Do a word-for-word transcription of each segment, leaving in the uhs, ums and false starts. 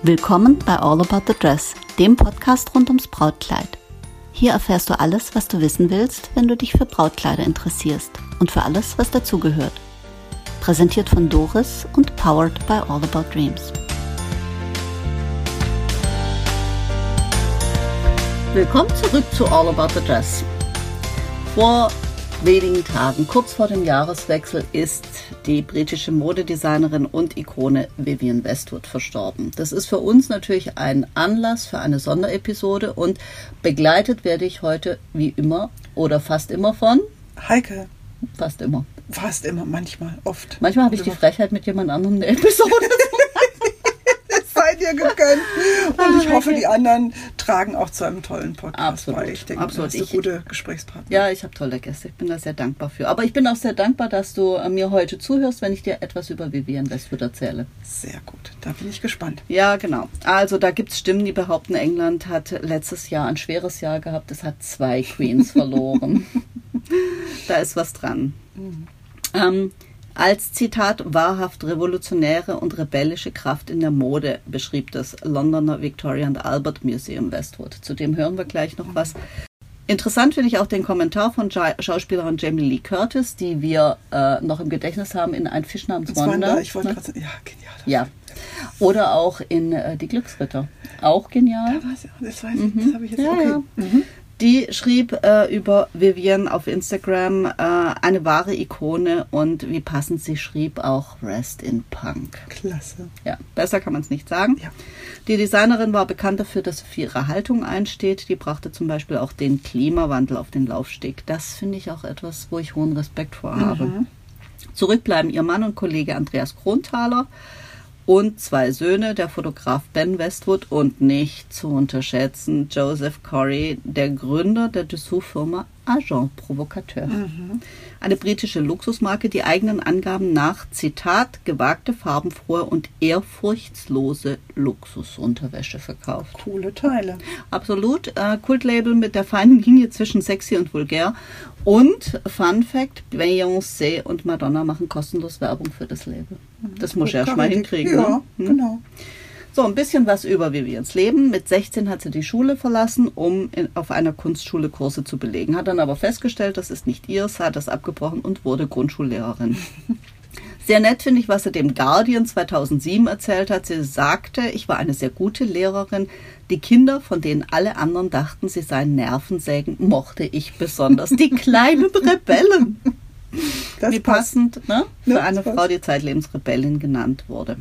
Willkommen bei All About the Dress, dem Podcast rund ums Brautkleid. Hier erfährst du alles, was du wissen willst, wenn du dich für Brautkleider interessierst und für alles, was dazugehört. Präsentiert von Doris und powered by All About Dreams. Willkommen zurück zu All About the Dress. Vor wenigen Tagen, kurz vor dem Jahreswechsel, ist die britische Modedesignerin und Ikone Vivienne Westwood verstorben. Das ist für uns natürlich ein Anlass für eine Sonderepisode und begleitet werde ich heute wie immer oder fast immer von Heike. Fast immer. Fast immer, manchmal, oft. Manchmal habe ich die Frechheit, mit jemand anderem eine Episode zu machen. Sei dir gegönnt. Und ich hoffe, die anderen tragen auch zu einem tollen Podcast Absolut, bei. Ich denke, absolut. du hast gute Gesprächspartner. Ja, ich habe tolle Gäste. Ich bin da sehr dankbar für. Aber ich bin auch sehr dankbar, dass du mir heute zuhörst, wenn ich dir etwas über Vivienne Westwood erzähle. Sehr gut. Da bin ich gespannt. Ja, genau. Also da gibt es Stimmen, die behaupten, England hat letztes Jahr ein schweres Jahr gehabt. Es hat zwei Queens verloren. Da ist was dran. Mhm. Ähm, Als Zitat wahrhaft revolutionäre und rebellische Kraft in der Mode beschrieb das Londoner Victoria and Albert Museum Westwood. Zu dem hören wir gleich noch was. Interessant finde ich auch den Kommentar von Ja- Schauspielerin Jamie Lee Curtis, die wir äh, noch im Gedächtnis haben in Ein Fisch namens Wanda. Ich wollte ne? gerade sagen, ja, genial. Ja. Oder auch in äh, Die Glücksritter. Auch genial. Da war's, das weiß ich, Mhm. das habe ich jetzt. Ja, Okay. ja. Mhm. Die schrieb äh, über Vivienne auf Instagram, äh, eine wahre Ikone, und wie passend sie schrieb, auch Rest in Punk. Klasse. Ja, besser kann man es nicht sagen. Ja. Die Designerin war bekannt dafür, dass sie für ihre Haltung einsteht. Die brachte zum Beispiel auch den Klimawandel auf den Laufsteg. Das finde ich auch etwas, wo ich hohen Respekt vor habe. Mhm. Zurück bleiben ihr Mann und Kollege Andreas Kronthaler und zwei Söhne, der Fotograf Ben Westwood und nicht zu unterschätzen Joseph Corey, der Gründer der Dessous-Firma Agent Provocateur. Mhm. Eine britische Luxusmarke, die eigenen Angaben nach, Zitat, gewagte, farbenfrohe und ehrfurchtslose Luxusunterwäsche verkauft. Coole Teile. Absolut. Äh, Kultlabel mit der feinen Linie zwischen sexy und vulgär. Und, Fun Fact, Beyoncé und Madonna machen kostenlos Werbung für das Label. Das muss ich erst mal hinkriegen. Ja, ne? hm? genau. So, ein bisschen was über Viviennes Leben. Mit sechzehn hat sie die Schule verlassen, um in, auf einer Kunstschule Kurse zu belegen. Hat dann aber festgestellt, das ist nicht ihrs, hat das abgebrochen und wurde Grundschullehrerin. Sehr nett finde ich, was sie dem Guardian zweitausendsieben erzählt hat. Sie sagte, ich war eine sehr gute Lehrerin. Die Kinder, von denen alle anderen dachten, sie seien Nervensägen, mochte ich besonders. Die kleinen Rebellen. Das Wie passt. passend, ne? Für Ja, eine das Frau, die zeitlebens Rebellin genannt wurde.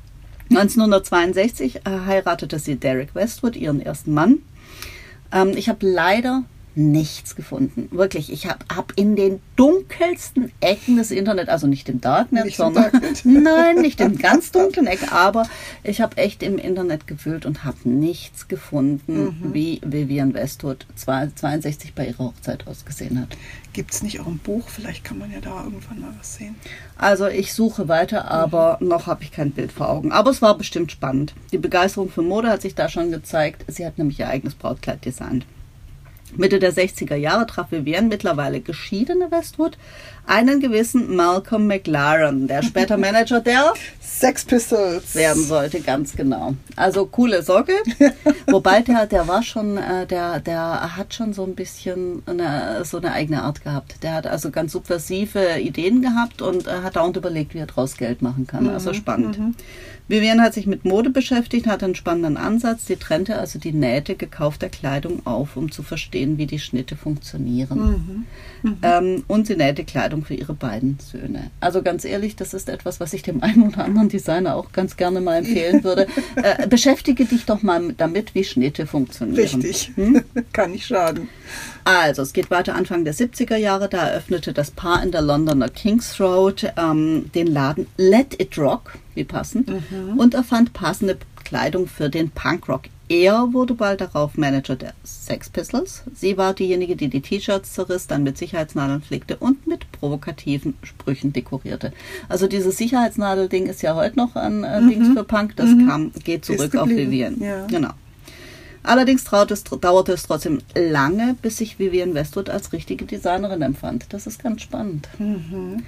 neunzehnhundertzweiundsechzig heiratete sie Derek Westwood, ihren ersten Mann. Ähm, ich habe leider nichts gefunden. Wirklich, ich habe hab in den dunkelsten Ecken des Internet, also nicht im Darknet, Nicht im sondern Darknet. nein, nicht im ganz dunklen Eck, aber ich habe echt im Internet gewühlt und habe nichts gefunden, Mhm. wie Vivienne Westwood zweiundsechzig bei ihrer Hochzeit ausgesehen hat. Gibt es nicht auch ein Buch? Vielleicht kann man ja da irgendwann mal was sehen. Also ich suche weiter, aber mhm. noch habe ich kein Bild vor Augen. Aber es war bestimmt spannend. Die Begeisterung für Mode hat sich da schon gezeigt. Sie hat nämlich ihr eigenes Brautkleid designt. Mitte der sechziger Jahre traf Vivienne, mittlerweile geschiedene Westwood, einen gewissen Malcolm McLaren, der später Manager der Sex Pistols werden sollte, ganz genau. Also coole Socke, wobei der, der war schon, äh, der, der hat schon so ein bisschen eine, so eine eigene Art gehabt. Der hat also ganz subversive Ideen gehabt und äh, hat dauernd überlegt, wie er daraus Geld machen kann. Also spannend. Mhm. Vivienne hat sich mit Mode beschäftigt, hat einen spannenden Ansatz. Die trennte also die Nähte gekaufter Kleidung auf, um zu verstehen, wie die Schnitte funktionieren. Mhm. Mhm. Ähm, und sie nähte Kleidung für ihre beiden Söhne. Also ganz ehrlich, das ist etwas, was ich dem einen oder anderen Designer auch ganz gerne mal empfehlen würde. Äh, beschäftige dich doch mal damit, wie Schnitte funktionieren. Richtig, Hm? kann nicht schaden. Also, es geht weiter Anfang der siebziger Jahre. Da eröffnete das Paar in der Londoner Kings Road ähm, den Laden Let It Rock, wie passend, Mhm. und erfand passende Kleidung für den Punkrock. Er wurde bald darauf Manager der Sex Pistols. Sie war diejenige, die die T-Shirts zerriss, dann mit Sicherheitsnadeln flickte und mit provokativen Sprüchen dekorierte. Also dieses Sicherheitsnadel-Ding ist ja heute noch ein äh, Mhm. Dings für Punk. Das Mhm. kam, geht zurück Ist auf geblieben. Vivienne. Ja. Genau. Allerdings traute es, dauerte es trotzdem lange, bis sich Vivienne Westwood als richtige Designerin empfand. Das ist ganz spannend. Mhm.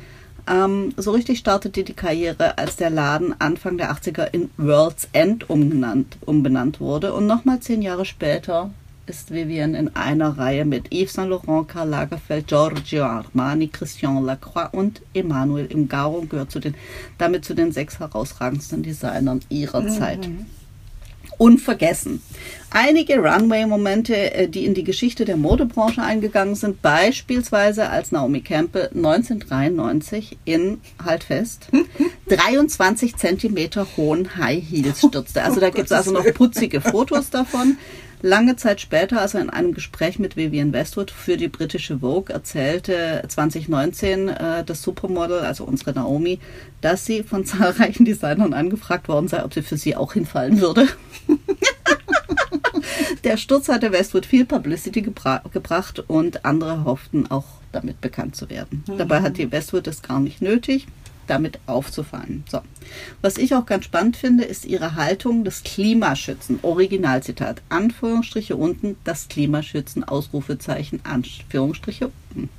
Ähm, so richtig startete die Karriere, als der Laden Anfang der achtziger in World's End umgenannt, umbenannt wurde. Und nochmal zehn Jahre später ist Vivienne in einer Reihe mit Yves Saint Laurent, Karl Lagerfeld, Giorgio Armani, Christian Lacroix und Emmanuel Ungaro und gehört zu den, damit zu den sechs herausragendsten Designern ihrer mhm. Zeit. Unvergessen. Einige Runway-Momente, die in die Geschichte der Modebranche eingegangen sind, beispielsweise als Naomi Campbell neunzehnhundertdreiundneunzig in, halt fest, dreiundzwanzig Zentimeter hohen High Heels stürzte. Also da gibt es also noch putzige Fotos davon. Lange Zeit später, als er in einem Gespräch mit Vivienne Westwood für die britische Vogue erzählte, zwanzig neunzehn, äh, das Supermodel, also unsere Naomi, dass sie von zahlreichen Designern angefragt worden sei, ob sie für sie auch hinfallen würde. Der Sturz hatte Westwood viel Publicity gebra- gebracht und andere hofften auch damit bekannt zu werden. Mhm. Dabei hat die Westwood es gar nicht nötig, damit aufzufallen. So. Was ich auch ganz spannend finde, ist ihre Haltung des Klimaschützen. Originalzitat. Anführungsstriche unten, das Klimaschützen, Ausrufezeichen, Anführungsstriche.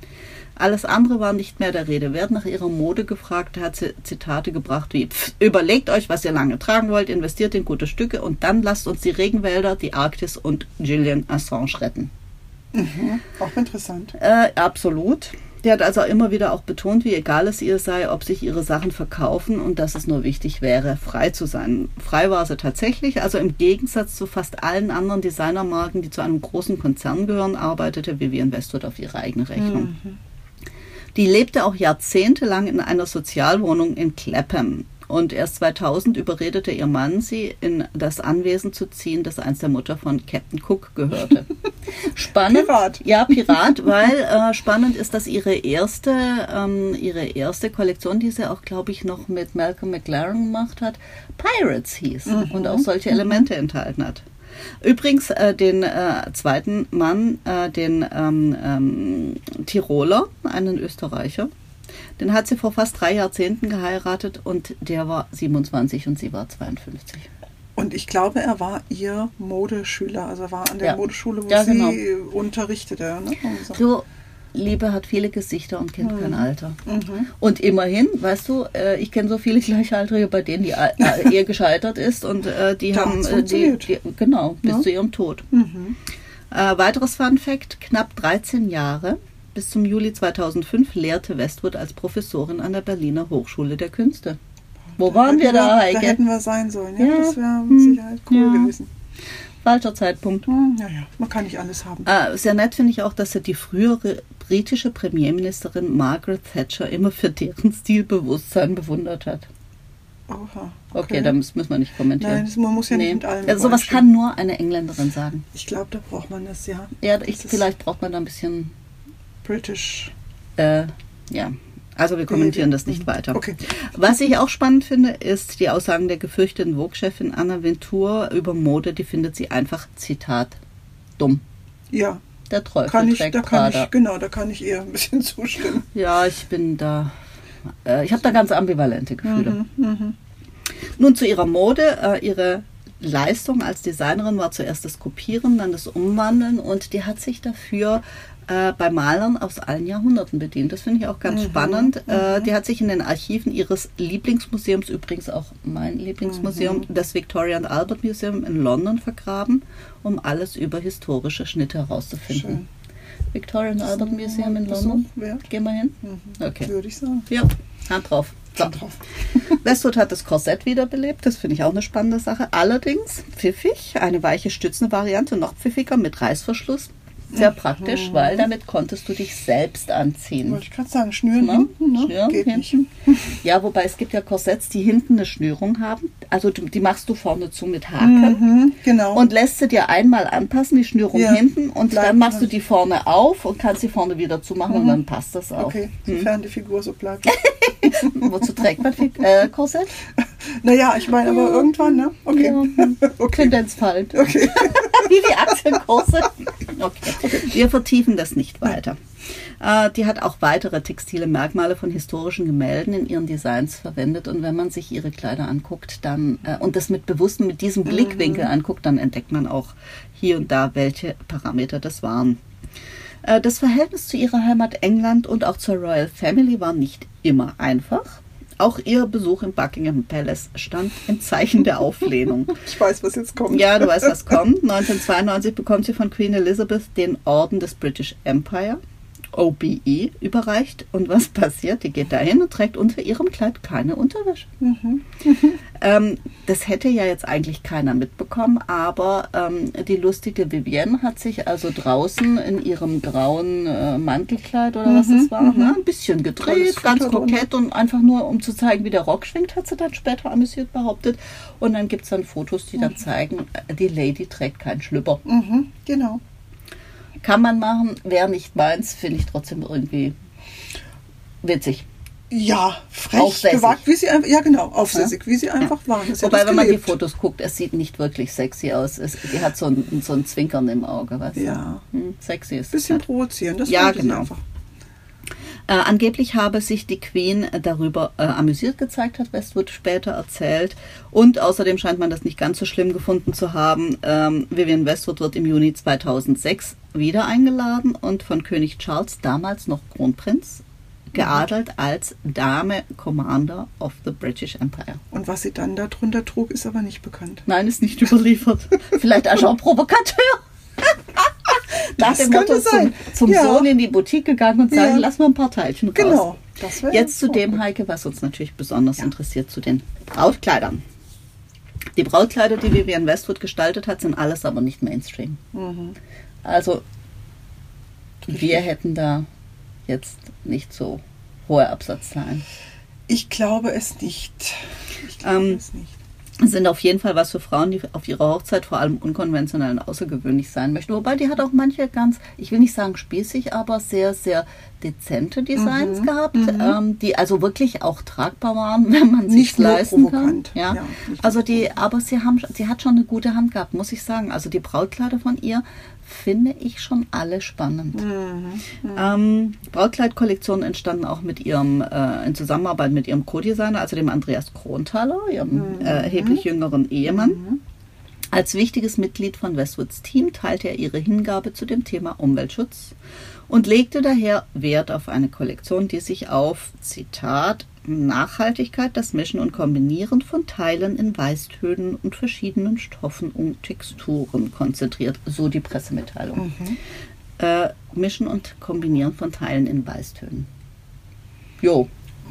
Alles andere war nicht mehr der Rede wert. Nach ihrer Mode gefragt, hat sie Zitate gebracht wie: Pff, überlegt euch, was ihr lange tragen wollt, investiert in gute Stücke und dann lasst uns die Regenwälder, die Arktis und Julian Assange retten. Mhm, auch interessant. Äh, absolut. Die hat also immer wieder auch betont, wie egal es ihr sei, ob sich ihre Sachen verkaufen und dass es nur wichtig wäre, frei zu sein. Frei war sie tatsächlich, also im Gegensatz zu fast allen anderen Designermarken, die zu einem großen Konzern gehören, arbeitete Vivienne Westwood auf ihre eigene Rechnung. Mhm. Die lebte auch jahrzehntelang in einer Sozialwohnung in Clapham. Und erst zweitausend überredete ihr Mann, sie in das Anwesen zu ziehen, das einst der Mutter von Captain Cook gehörte. Spannend, Pirat. Ja, Pirat, weil äh, spannend ist, dass ihre erste, ähm, ihre erste Kollektion, die sie auch, glaube ich, noch mit Malcolm McLaren gemacht hat, Pirates hieß mhm. und auch solche Elemente mhm. enthalten hat. Übrigens, äh, den äh, zweiten Mann, äh, den ähm, ähm, Tiroler, einen Österreicher, den hat sie vor fast drei Jahrzehnten geheiratet und der war siebenundzwanzig und sie war zweiundfünfzig. Und ich glaube, er war ihr Modeschüler, also er war an der ja. Modeschule, wo ja, sie genau. unterrichtete. Ne? So. So, Liebe hat viele Gesichter und kennt mhm. kein Alter. Mhm. Und immerhin, weißt du, äh, ich kenne so viele Gleichaltrige, bei denen die äh, Ehe gescheitert ist und äh, die da haben, äh, die, die, genau, bis ja. zu ihrem Tod. Mhm. Äh, weiteres Fun Fact, knapp dreizehn Jahre bis zum Juli zweitausendfünf lehrte Westwood als Professorin an der Berliner Hochschule der Künste. Wo da waren wir da, Heike? Da hätten wir sein sollen. Ja, ja. Das wäre mit Sicherheit cool ja. gewesen. Falscher Zeitpunkt. Ja, ja, man kann nicht alles haben. Äh, sehr nett finde ich auch, dass sie die frühere britische Premierministerin Margaret Thatcher immer für deren Stilbewusstsein bewundert hat. Oha. Okay, okay da müssen wir nicht kommentieren. Nein, das, man muss ja nee. nicht mit allem also sowas kann nur eine Engländerin sagen. Ich glaube, da braucht man das, ja. Ja, ich, vielleicht braucht man da ein bisschen British. Äh, ja, also wir kommentieren das nicht weiter. Okay. Was ich auch spannend finde, ist die Aussagen der gefürchteten Vogue-Chefin Anna Wintour über Mode. Die findet sie einfach, Zitat, dumm. Ja. Der Teufel kann ich, trägt da kann Prada. ich, genau, da kann ich eher ein bisschen zustimmen. Ja, ich bin da, äh, ich habe da ganz ambivalente Gefühle. Mhm, mh. Nun zu ihrer Mode. Äh, ihre Leistung als Designerin war zuerst das Kopieren, dann das Umwandeln und die hat sich dafür äh, bei Malern aus allen Jahrhunderten bedient. Das finde ich auch ganz mhm, spannend. Äh, die hat sich in den Archiven ihres Lieblingsmuseums, übrigens auch mein Lieblingsmuseum, mhm. das Victoria and Albert Museum in London vergraben, um alles über historische Schnitte herauszufinden. Schön. Victoria and Albert Museum in London. Gehen wir hin? Mhm. Okay. Würde ich sagen. Ja, Hand drauf. So. Westwood hat das Korsett wiederbelebt, das finde ich auch eine spannende Sache. Allerdings pfiffig, eine weiche Stützenvariante, noch pfiffiger mit Reißverschluss. Sehr praktisch, mhm. weil damit konntest du dich selbst anziehen. Wollte ich gerade sagen, Schnüren ja, hinten, ne? Schnüren Geht hinten. nicht. Ja, wobei es gibt ja Korsetts, die hinten eine Schnürung haben. Also du, die machst du vorne zu mit Haken. Mhm, genau. Und lässt sie dir einmal anpassen, die Schnürung ja. hinten. Und bleibt dann machst du die vorne auf und kannst sie vorne wieder zumachen mhm. und dann passt das auch. Okay, sofern mhm. die Figur so bleibt. Wozu trägt man äh, Korsett? Naja, ich meine aber ja. irgendwann, ne? Okay. Ja. okay. Tendenzfallend. Okay. Wie die Aktienkurse. Okay. okay. Wir vertiefen das nicht weiter. Äh, die hat auch weitere textile Merkmale von historischen Gemälden in ihren Designs verwendet. Und wenn man sich ihre Kleider anguckt, dann äh, und das mit bewussten, mit diesem Blickwinkel mhm. anguckt, dann entdeckt man auch hier und da, welche Parameter das waren. Äh, das Verhältnis zu ihrer Heimat England und auch zur Royal Family war nicht immer einfach. Auch ihr Besuch im Buckingham Palace stand im Zeichen der Auflehnung. Ich weiß, was jetzt kommt. Ja, du weißt, was kommt. neunzehnhundertzweiundneunzig bekommt sie von Queen Elizabeth den Orden des British Empire, O B E, überreicht. Und was passiert? Die geht dahin und trägt unter ihrem Kleid keine Unterwäsche. Mhm. ähm, das hätte ja jetzt eigentlich keiner mitbekommen, aber ähm, die lustige Vivienne hat sich also draußen in ihrem grauen äh, Mantelkleid oder was das war, mhm. ne, ein bisschen gedreht, ganz kokett und einfach nur, um zu zeigen, wie der Rock schwingt, hat sie dann später amüsiert behauptet. Und dann gibt es dann Fotos, die dann zeigen, die Lady trägt keinen Schlüpper. Mhm, genau. Kann man machen, wäre nicht meins, finde ich trotzdem irgendwie witzig. Ja, frech, gewagt, wie sie einfach, ja genau, aufsässig, ja. wie sie einfach ja. waren. Wobei, wenn man die Fotos guckt, es sieht nicht wirklich sexy aus. Es, die hat so ein, so ein Zwinkern im Auge, weißt du? Ja. Hm, sexy ist bisschen es. Bisschen provozieren, das ja, genau. einfach. Äh, angeblich habe sich die Queen darüber äh, amüsiert gezeigt, hat Westwood später erzählt. Und außerdem scheint man das nicht ganz so schlimm gefunden zu haben. Ähm, Vivienne Westwood wird im Juni zweitausendsechs wieder eingeladen und von König Charles, damals noch Kronprinz, geadelt als Dame Commander of the British Empire. Und was sie dann darunter trug, ist aber nicht bekannt. Nein, ist nicht überliefert. Vielleicht auch schon Provokateur. Nach das dem Motto zum, zum ja. Sohn in die Boutique gegangen und sagen, ja. lass mal ein paar Teilchen raus. Genau. Das Jetzt zu dem, Heike, was uns natürlich besonders ja. interessiert, zu den Brautkleidern. Die Brautkleider, die Vivienne Westwood gestaltet hat, sind alles aber nicht Mainstream. Mhm. Also Richtig. wir hätten da jetzt nicht so hohe Absatzzahlen. Ich glaube es nicht. Ich glaube ähm, es nicht. Sind auf jeden Fall was für Frauen, die auf ihrer Hochzeit vor allem unkonventionell und außergewöhnlich sein möchten. Wobei die hat auch manche ganz, ich will nicht sagen spießig, aber sehr, sehr dezente Designs mhm. gehabt, mhm. Ähm, die also wirklich auch tragbar waren, wenn man sich leisten kann. Ja. Ja, also die, aber sie haben, sie hat schon eine gute Hand gehabt, muss ich sagen. Also die Brautkleider von ihr finde ich schon alle spannend. Mhm. Mhm. Ähm, Brautkleidkollektionen entstanden auch mit ihrem, äh, in Zusammenarbeit mit ihrem Co-Designer, also dem Andreas Kronthaler, ihrem mhm. äh, erheblich jüngeren Ehemann. Mhm. Als wichtiges Mitglied von Westwoods Team teilte er ihre Hingabe zu dem Thema Umweltschutz und legte daher Wert auf eine Kollektion, die sich auf, Zitat, Nachhaltigkeit, das Mischen und Kombinieren von Teilen in Weißtönen und verschiedenen Stoffen und Texturen konzentriert, so die Pressemitteilung. Mhm. Äh, Mischen und Kombinieren von Teilen in Weißtönen. Jo.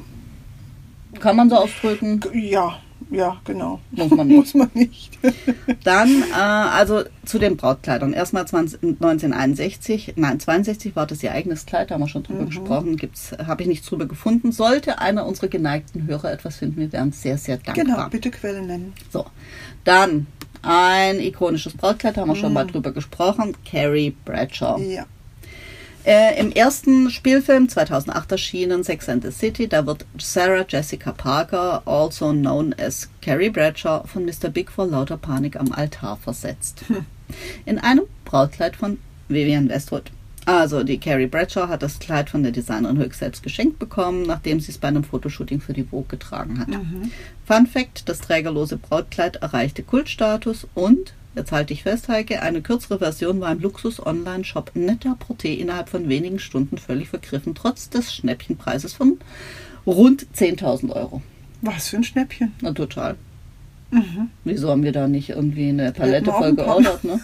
Kann man so ausdrücken? Ja. Ja, genau. Muss man nicht. Muss man nicht. Dann, äh, also zu den Brautkleidern. Erstmal neunzehnhunderteinundsechzig, nein, zweiundsechzig war das ihr eigenes Kleid, da haben wir schon drüber mhm. gesprochen, habe ich nichts drüber gefunden. Sollte einer unserer geneigten Hörer etwas finden, wir wären sehr, sehr dankbar. Genau, bitte Quelle nennen. So, dann ein ikonisches Brautkleid, da haben wir mhm. schon mal drüber gesprochen, Carrie Bradshaw. Ja. Äh, Im ersten Spielfilm, zweitausendacht erschienen, Sex and the City, da wird Sarah Jessica Parker, also known as Carrie Bradshaw, von Mister Big vor lauter Panik am Altar versetzt. Hm. In einem Brautkleid von Vivienne Westwood. Also die Carrie Bradshaw hat das Kleid von der Designerin höchst selbst geschenkt bekommen, nachdem sie es bei einem Fotoshooting für die Vogue getragen hat. Mhm. Fun Fact, das trägerlose Brautkleid erreichte Kultstatus und, jetzt halte ich fest, Heike, eine kürzere Version war im Luxus-Online-Shop Net-a-Porter innerhalb von wenigen Stunden völlig vergriffen, trotz des Schnäppchenpreises von rund zehntausend Euro. Was für ein Schnäppchen? Na, total. Mhm. Wieso haben wir da nicht irgendwie eine Palette voll geordert, ne?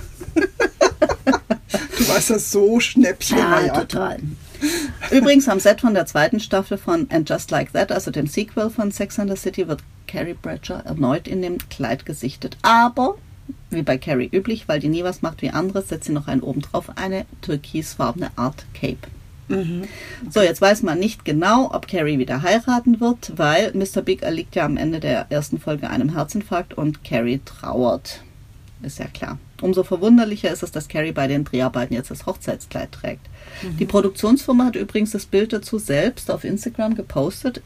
Du weißt das so Schnäppchen. Ja, ja, total. Übrigens am Set von der zweiten Staffel von And Just Like That, also dem Sequel von Sex and the City, wird Carrie Bradshaw erneut in dem Kleid gesichtet. Aber, wie bei Carrie üblich, weil die nie was macht wie andere, setzt sie noch einen obendrauf, eine türkisfarbene Art Cape. Mhm. So, jetzt weiß man nicht genau, ob Carrie wieder heiraten wird, weil Mister Big erliegt ja am Ende der ersten Folge einem Herzinfarkt und Carrie trauert. Ist ja klar. Umso verwunderlicher ist es, dass Carrie bei den Dreharbeiten jetzt das Hochzeitskleid trägt. Mhm. Die Produktionsfirma hat übrigens das Bild dazu selbst auf Instagram gepostet.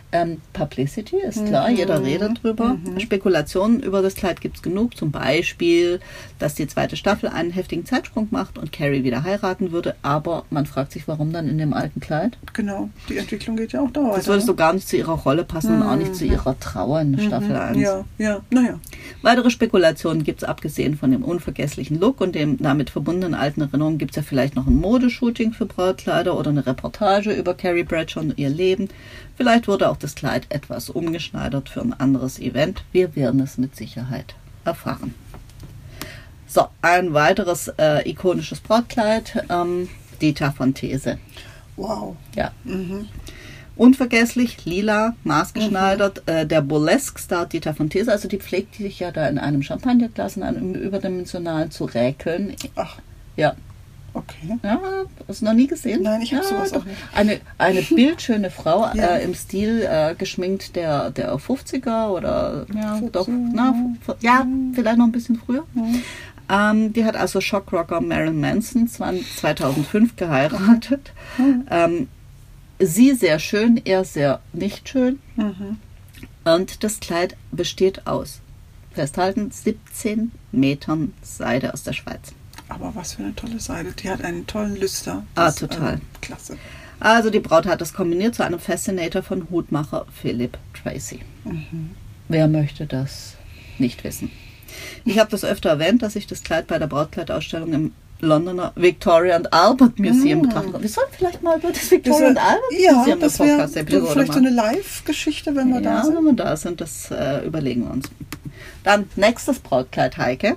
Ähm, Publicity ist klar, mhm. jeder redet drüber. Mhm. Spekulationen über das Kleid gibt es genug. Zum Beispiel, dass die zweite Staffel einen heftigen Zeitsprung macht und Carrie wieder heiraten würde. Aber man fragt sich, warum dann in dem alten Kleid? Genau, die Entwicklung geht ja auch da weiter. Das würde so gar nicht zu ihrer Rolle passen mhm. und auch nicht zu ihrer Trauer in Staffel eins. Ja, ja, naja. Weitere Spekulationen gibt es, abgesehen von dem unvergesslichen Look und dem damit verbundenen alten Erinnerungen, gibt es ja vielleicht noch ein Modeshooting für Brautkleider oder eine Reportage über Carrie Bradshaw und ihr Leben. Vielleicht wurde auch das Kleid etwas umgeschneidert für ein anderes Event. Wir werden es mit Sicherheit erfahren. So, ein weiteres äh, ikonisches Brautkleid, ähm, Dita von These. Wow. Ja. Mhm. Unvergesslich, lila, maßgeschneidert. Mhm. Äh, der Burlesque-Star Dita von These, also die pflegt sich ja da in einem Champagnerglas, in einem überdimensionalen zu räkeln. Ach. Ja. Okay. Ja, hast du noch nie gesehen? Nein, ich habe ja, sowas doch. auch nicht. Eine, eine bildschöne Frau, Ja. äh, im Stil äh, geschminkt der, der fünfziger oder ja, vierzig, doch, na, f- ja, vielleicht noch ein bisschen früher. Mhm. Ähm, die hat also Shockrocker Marilyn Manson zweitausendfünf geheiratet. Mhm. Ähm, sie sehr schön, er sehr nicht schön. Mhm. Und das Kleid besteht aus, festhalten, siebzehn Metern Seide aus der Schweiz. Aber was für eine tolle Seite. Die hat einen tollen Lüster. Ah, Das, total. Äh, klasse. Also die Braut hat das kombiniert zu einem Fascinator von Hutmacher Philip Tracy. Mhm. Wer möchte das nicht wissen? Ich habe das öfter erwähnt, dass ich das Kleid bei der Brautkleidausstellung im Londoner Victoria and Albert Museum Mhm. betrachten kann. Wir sollen vielleicht mal über das Victoria and Albert Ja, Museum das wäre vielleicht so machen. eine Live-Geschichte, wenn wir Ja, da sind. wenn wir da sind, das äh, überlegen wir uns. Dann nächstes Brautkleid, Heike.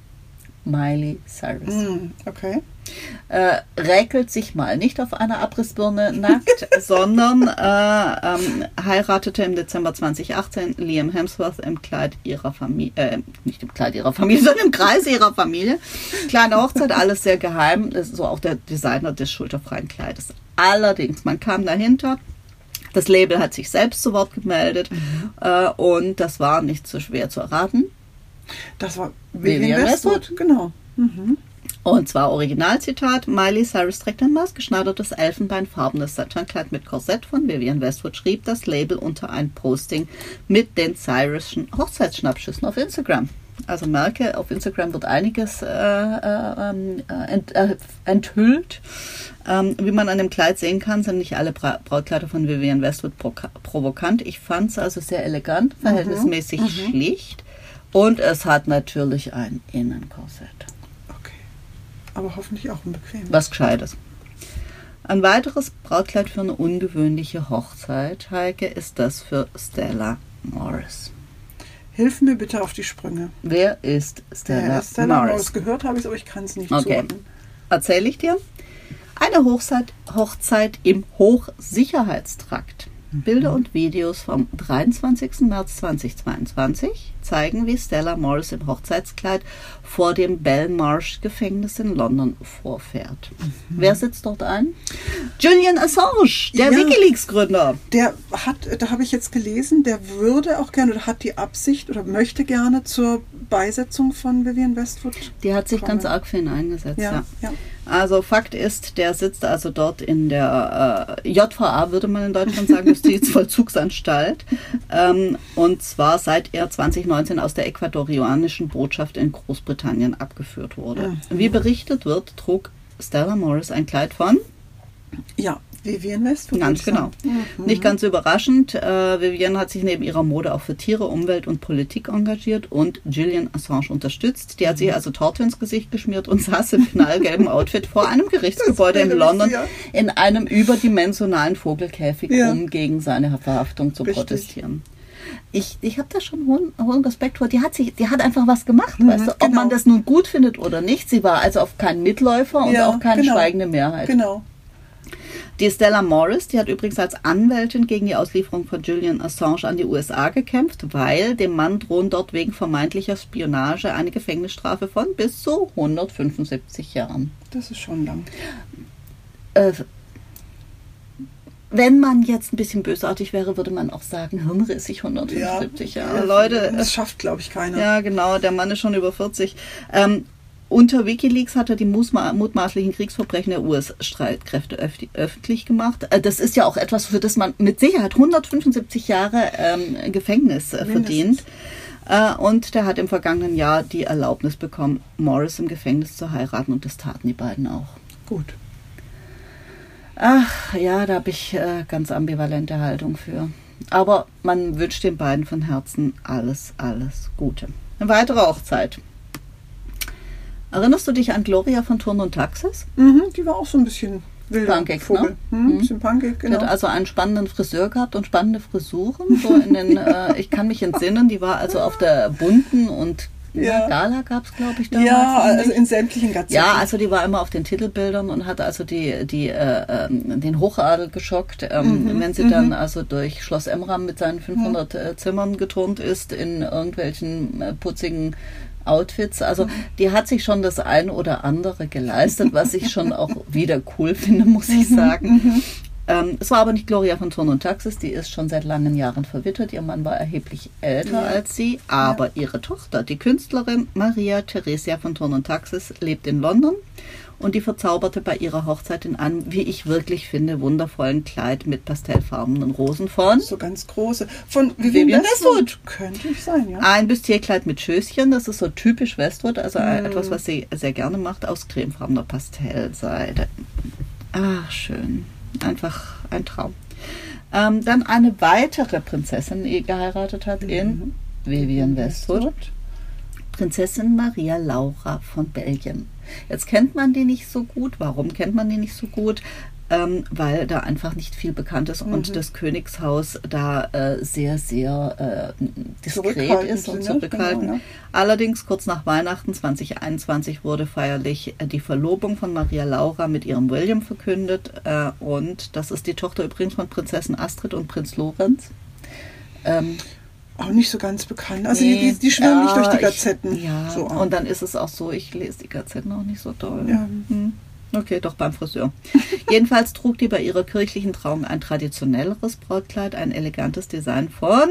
Miley Cyrus. Mhm. Okay. Äh, räkelt sich mal nicht auf einer Abrissbirne nackt, sondern äh, ähm, heiratete im Dezember zweitausendachtzehn Liam Hemsworth im Kleid ihrer Familie, äh, nicht im Kleid ihrer Familie, sondern im Kreis ihrer Familie. Kleine Hochzeit, alles sehr geheim, das ist so auch der Designer des schulterfreien Kleides. Allerdings, man kam dahinter, das Label hat sich selbst zu Wort gemeldet mhm. äh, und das war nicht so schwer zu erraten. Das war Vivienne Vivienne Westwood. Westwood, genau. Mhm. Und zwar Originalzitat: Miley Cyrus trägt ein maßgeschneidertes elfenbeinfarbenes Satinkleid mit Korsett von Vivienne Westwood, schrieb das Label unter ein Posting mit den Cyruschen Hochzeitsschnappschüssen auf Instagram. Also merke, auf Instagram wird einiges äh, äh, ent, äh, enthüllt. Ähm, wie man an dem Kleid sehen kann, sind nicht alle Bra- Brautkleider von Vivienne Westwood proka- provokant. Ich fand es also sehr elegant, verhältnismäßig mhm. schlicht. Und es hat natürlich ein Innenkorsett. Okay. Aber hoffentlich auch unbequem. Was Gescheites. Ein weiteres Brautkleid für eine ungewöhnliche Hochzeit, Heike, ist das für Stella Morris. Hilf mir bitte auf die Sprünge. Wer ist Stella, Ja, Stella Morris? Morris. Gehört habe ich es, aber ich kann es nicht Okay. zuordnen. Erzähle ich dir. Eine Hochzeit, Hochzeit im Hochsicherheitstrakt. Bilder und Videos vom dreiundzwanzigsten März zweitausendzweiundzwanzig zeigen, wie Stella Morris im Hochzeitskleid vor dem Belmarsh-Gefängnis in London vorfährt. Mhm. Wer sitzt dort ein? Julian Assange, der Ja. WikiLeaks-Gründer. Der hat, da habe ich jetzt gelesen, der würde auch gerne oder hat die Absicht oder möchte gerne zur Beisetzung von Vivienne Westwood. Die hat sich kommen. ganz arg für ihn eingesetzt. Ja. Ja, ja. Also Fakt ist, der sitzt also dort in der äh, J V A, würde man in Deutschland sagen, Justizvollzugsanstalt. ähm, und zwar seit er zweitausendneunzehn aus der ecuadorianischen Botschaft in Großbritannien abgeführt wurde. Mhm. Wie berichtet wird, trug Stella Morris ein Kleid von? Ja, Vivienne Westwood. Ganz genau. Mhm. Nicht ganz überraschend, äh, Vivienne hat sich neben ihrer Mode auch für Tiere, Umwelt und Politik engagiert und Julian Assange unterstützt. Die hat sich also Torte ins Gesicht geschmiert und saß im knallgelben Outfit vor einem Gerichtsgebäude in London in einem überdimensionalen Vogelkäfig, Ja. um gegen seine Verhaftung zu Richtig. protestieren. Ich, ich habe da schon hohen, hohen Respekt vor. Die hat, sich, die hat einfach was gemacht, Mhm, weißt du? Ob genau. man das nun gut findet oder nicht. Sie war also auf keinen Mitläufer und Ja, auch keine genau. schweigende Mehrheit. Genau. Die Stella Morris, die hat übrigens als Anwältin gegen die Auslieferung von Julian Assange an die U S A gekämpft, weil dem Mann drohen dort wegen vermeintlicher Spionage eine Gefängnisstrafe von bis zu hundertfünfundsiebzig Jahren. Das ist schon lang. Äh, wenn man jetzt ein bisschen bösartig wäre, würde man auch sagen, hirnrissig hundertfünfundsiebzig Jahre. Leute, Das schafft, glaube ich, keiner. ja, genau, der Mann ist schon über vierzig. Ähm, unter WikiLeaks hat er die mutma- mutmaßlichen Kriegsverbrechen der U S-Streitkräfte öf- öffentlich gemacht. Äh, das ist ja auch etwas, für das man mit Sicherheit hundertfünfundsiebzig Jahre ähm, Gefängnis äh, verdient. Äh, und der hat im vergangenen Jahr die Erlaubnis bekommen, Morris im Gefängnis zu heiraten, und das taten die beiden auch. Gut. Ach, ja, da habe ich äh, ganz ambivalente Haltung für. Aber man wünscht den beiden von Herzen alles, alles Gute. Eine weitere Hochzeit. Erinnerst du dich an Gloria von Turn und Taxis? Mhm, die war auch so ein bisschen wilder Punkig, Vogel. ne? Mhm, ein bisschen punkig, genau. Die hat also einen spannenden Friseur gehabt und spannende Frisuren. So in den, ja. äh, ich kann mich entsinnen, die war also auf der bunten und ja. Gala gab es, glaube ich, damals. Ja, also in sämtlichen Gazetten. Ja, also die war immer auf den Titelbildern und hat also die, die, äh, ähm, den Hochadel geschockt, ähm, mhm, wenn sie mhm. dann also durch Schloss Emram mit seinen fünfhundert mhm. äh, Zimmern geturnt ist in irgendwelchen äh, putzigen Outfits. Also mhm. die hat sich schon das ein oder andere geleistet, was ich schon auch wieder cool finde, muss ich sagen. Mhm. Ähm, es war aber nicht Gloria von Turn und Taxis, die ist schon seit langen Jahren verwitwet. Ihr Mann war erheblich älter ja. als sie, aber ja. ihre Tochter, die Künstlerin Maria Theresia von Turn und Taxis, lebt in London, und die verzauberte bei ihrer Hochzeit in einem, wie ich wirklich finde, wundervollen Kleid mit pastellfarbenen Rosen von... So ganz große. Von Vivienne, Vivienne Westwood. Könnte ich sein, ja. Ein Bustier-Kleid mit Schößchen, das ist so typisch Westwood, also mm. etwas, was sie sehr gerne macht, aus cremefarbener Pastellseide. Ach, schön. Einfach ein Traum. Ähm, dann eine weitere Prinzessin, die geheiratet hat mhm. in Vivienne Westwood. Prinzessin Maria Laura von Belgien. Jetzt kennt man die nicht so gut. Warum kennt man die nicht so gut? Ähm, weil da einfach nicht viel bekannt ist mhm. und das Königshaus da äh, sehr, sehr äh, diskret ist und zurückhaltend. Genau, ja. Allerdings kurz nach Weihnachten zwanzig einundzwanzig wurde feierlich äh, die Verlobung von Maria Laura mit ihrem William verkündet, äh, und das ist die Tochter übrigens von Prinzessin Astrid und Prinz Lorenz. Ähm, Auch nicht so ganz bekannt. Also nee, die, die, die schwimmen ja, nicht durch die Gazetten. Ich, ja, so und dann ist es auch so, ich lese die Gazetten auch nicht so doll. Ja. Hm. Okay, doch beim Friseur. Jedenfalls trug die bei ihrer kirchlichen Trauung ein traditionelleres Brautkleid, ein elegantes Design von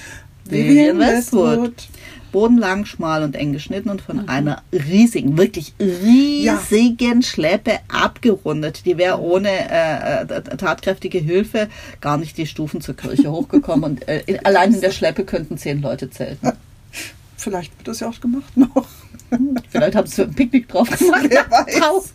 Vivienne Westwood. Westwood. Bodenlang, schmal und eng geschnitten und von mhm. einer riesigen, wirklich riesigen ja. Schleppe abgerundet. Die wäre ohne äh, tatkräftige Hilfe gar nicht die Stufen zur Kirche hochgekommen, und äh, allein in der Schleppe könnten zehn Leute zelten. Vielleicht wird das ja auch gemacht noch. Vielleicht haben sie ein Picknick drauf gemacht. Wer weiß.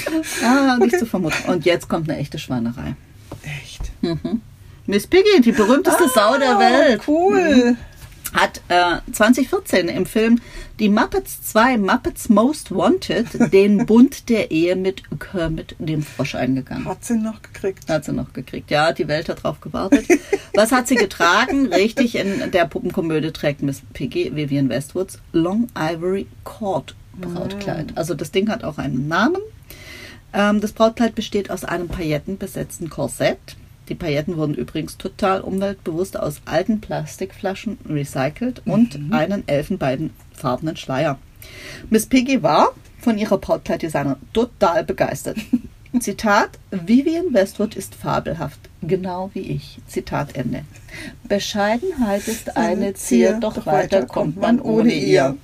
Ah, nicht okay. zu vermuten. Und jetzt kommt eine echte Schweinerei. Echt? Mhm. Miss Piggy, die berühmteste ah, Sau der Welt. Cool. Mhm. Hat äh, zwanzig vierzehn im Film Die Muppets zwei, Muppets Most Wanted, den Bund der Ehe mit Kermit dem Frosch eingegangen. Hat sie noch gekriegt. Hat sie noch gekriegt, ja, die Welt hat drauf gewartet. Was hat sie getragen? Richtig, in der Puppenkomödie trägt Miss Piggy, Vivienne Westwoods, Long Ivory Cord Brautkleid. Mm. Also das Ding hat auch einen Namen. Ähm, das Brautkleid besteht aus einem paillettenbesetzten Korsett. Die Pailletten wurden übrigens total umweltbewusst aus alten Plastikflaschen recycelt und mhm. einen elfenbeinfarbenen Schleier. Miss Piggy war von ihrer Brautkleiddesignerin total begeistert. Zitat: Vivienne Westwood ist fabelhaft, genau wie ich. Zitat Ende. Bescheidenheit ist eine Zier, doch, doch weiter kommt man ohne ihr.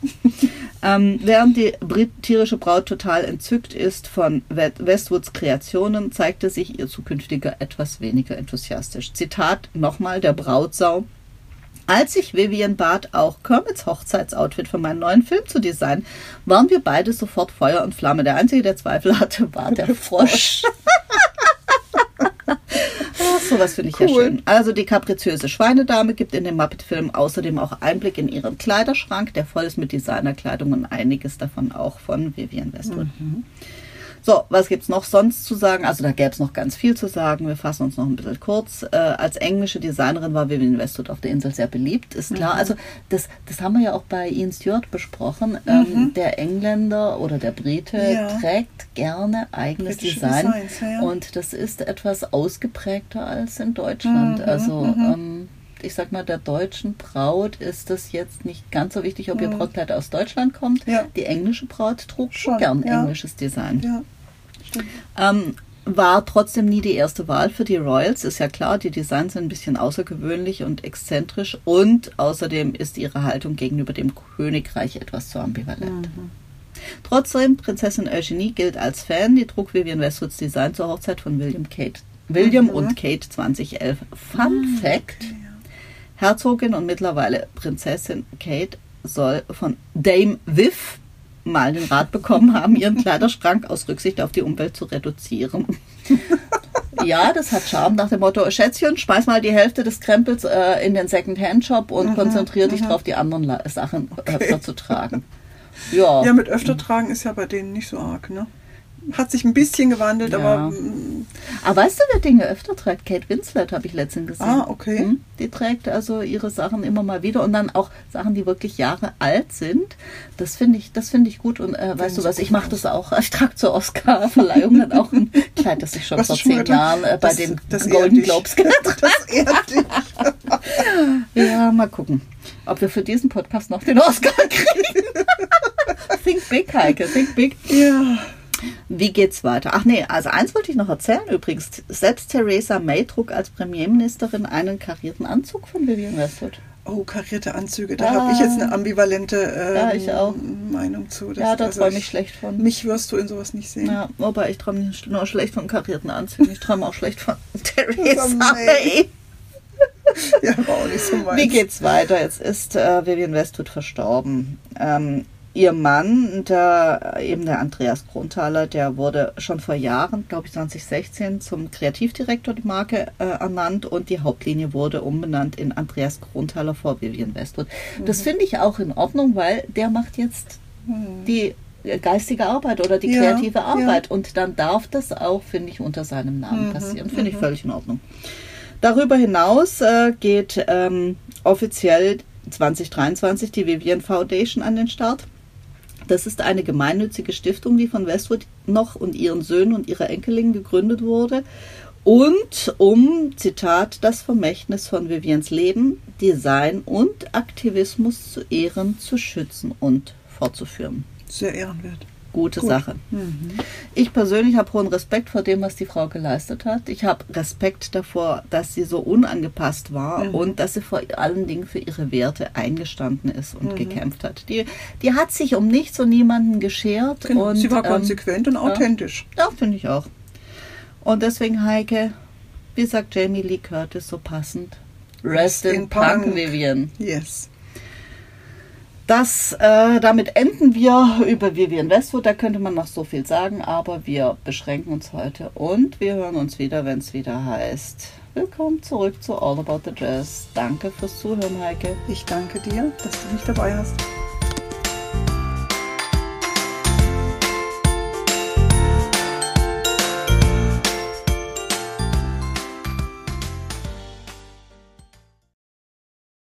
Ähm, während die britische Braut total entzückt ist von Westwoods Kreationen, zeigte sich ihr zukünftiger etwas weniger enthusiastisch. Zitat nochmal der Brautsau: Als ich Vivienne bat, auch Kermits Hochzeitsoutfit für meinen neuen Film zu designen, waren wir beide sofort Feuer und Flamme. Der Einzige, der Zweifel hatte, war der Frosch. So was finde ich cool. Ja schön. Also die kapriziöse Schweinedame gibt in dem Muppet-Film außerdem auch Einblick in ihren Kleiderschrank, der voll ist mit Designerkleidung, und einiges davon auch von Vivienne Westwood. Mhm. So, was gibt es noch sonst zu sagen? Also da gäbe es noch ganz viel zu sagen. Wir fassen uns noch ein bisschen kurz. Äh, als englische Designerin war Vivienne Westwood auf der Insel sehr beliebt, ist klar. Mhm. Also das, das haben wir ja auch bei Ian Stewart besprochen. Mhm. Ähm, der Engländer oder der Brite ja. trägt gerne eigenes Britische Design. Designs, ja, ja. Und das ist etwas ausgeprägter als in Deutschland. Mhm. Also mhm. Ähm, ich sag mal, der deutschen Braut ist das jetzt nicht ganz so wichtig, ob ihr Brautkleid aus Deutschland kommt. Ja. Die englische Braut trug schon gern ja. englisches Design. Ja. Ähm, war trotzdem nie die erste Wahl für die Royals, ist ja klar, die Designs sind ein bisschen außergewöhnlich und exzentrisch, und außerdem ist ihre Haltung gegenüber dem Königreich etwas zu ambivalent. Mhm. Trotzdem, Prinzessin Eugenie gilt als Fan. Die trug Vivienne Westwoods Design zur Hochzeit von William, Kate, William mhm. und Kate zweitausendelf. Fun mhm, Fact, okay, ja. Herzogin und mittlerweile Prinzessin Kate soll von Dame Viv mal den Rat bekommen haben, ihren Kleiderschrank aus Rücksicht auf die Umwelt zu reduzieren. Ja, das hat Charme nach dem Motto, Schätzchen, schmeiß mal die Hälfte des Krempels äh, in den Second-Hand-Shop und mhm, konzentriere dich darauf, die anderen La- Sachen okay. öfter zu tragen. Ja. ja, mit öfter tragen ist ja bei denen nicht so arg, ne? Hat sich ein bisschen gewandelt, ja. aber... Aber weißt du, wer Dinge öfter trägt? Kate Winslet habe ich letztens gesehen. Ah, okay. Hm? Die trägt also ihre Sachen immer mal wieder und dann auch Sachen, die wirklich Jahre alt sind. Das finde ich, das finde ich gut. Und äh, weißt du was, ich mache das auch. Ich trage zur Oscar-Verleihung dann auch ein Kleid, das ich schon was vor zehn Jahren äh, bei das, den das Golden Globes getragen habe. Ja, mal gucken, ob wir für diesen Podcast noch den Oscar kriegen. Think big, Heike, think big. Ja. Wie geht's weiter? Ach nee, also eins wollte ich noch erzählen übrigens. Selbst Theresa May trug als Premierministerin einen karierten Anzug von Vivienne Westwood. Oh, karierte Anzüge. Da ah, habe ich jetzt eine ambivalente ähm, ja, ich auch. Meinung zu. Das, ja, da also träume ich schlecht von. Mich wirst du in sowas nicht sehen. Ja, wobei ich träume nicht nur schlecht von karierten Anzügen. Ich träume auch schlecht von Theresa May. Ja, war auch nicht so meins. Wie geht's weiter? Jetzt ist äh, Vivienne Westwood verstorben. Ähm, Ihr Mann, der, eben der Andreas Kronthaler, der wurde schon vor Jahren, glaube ich zwanzig sechzehn, zum Kreativdirektor der Marke äh, ernannt und die Hauptlinie wurde umbenannt in Andreas Kronthaler vor Vivienne Westwood. Mhm. Das finde ich auch in Ordnung, weil der macht jetzt mhm. die geistige Arbeit oder die ja, kreative Arbeit ja. und dann darf das auch, finde ich, unter seinem Namen mhm. passieren. Finde mhm. ich völlig in Ordnung. Darüber hinaus äh, geht ähm, offiziell zwanzig dreiundzwanzig die Vivienne Foundation an den Start. Das ist eine gemeinnützige Stiftung, die von Westwood noch und ihren Söhnen und ihrer Enkelin gegründet wurde. Und um, Zitat, das Vermächtnis von Viviennes Leben, Design und Aktivismus zu ehren, zu schützen und fortzuführen. Sehr ehrenwert. Gute Gut. Sache. Mhm. Ich persönlich habe hohen Respekt vor dem, was die Frau geleistet hat. Ich habe Respekt davor, dass sie so unangepasst war mhm. und dass sie vor allen Dingen für ihre Werte eingestanden ist und mhm. gekämpft hat. Die, die hat sich um nichts und niemanden geschert. Genau. Und, sie war konsequent ähm, und authentisch. Ja, ja finde ich auch. Und deswegen, Heike, wie sagt Jamie Lee Curtis so passend? Rest in, in Punk, Punk, Vivienne. Yes. Das, äh, damit enden wir über Vivienne Westwood. Da könnte man noch so viel sagen, aber wir beschränken uns heute und wir hören uns wieder, wenn es wieder heißt. Willkommen zurück zu All About the Jazz. Danke fürs Zuhören, Heike. Ich danke dir, dass du mich dabei hast.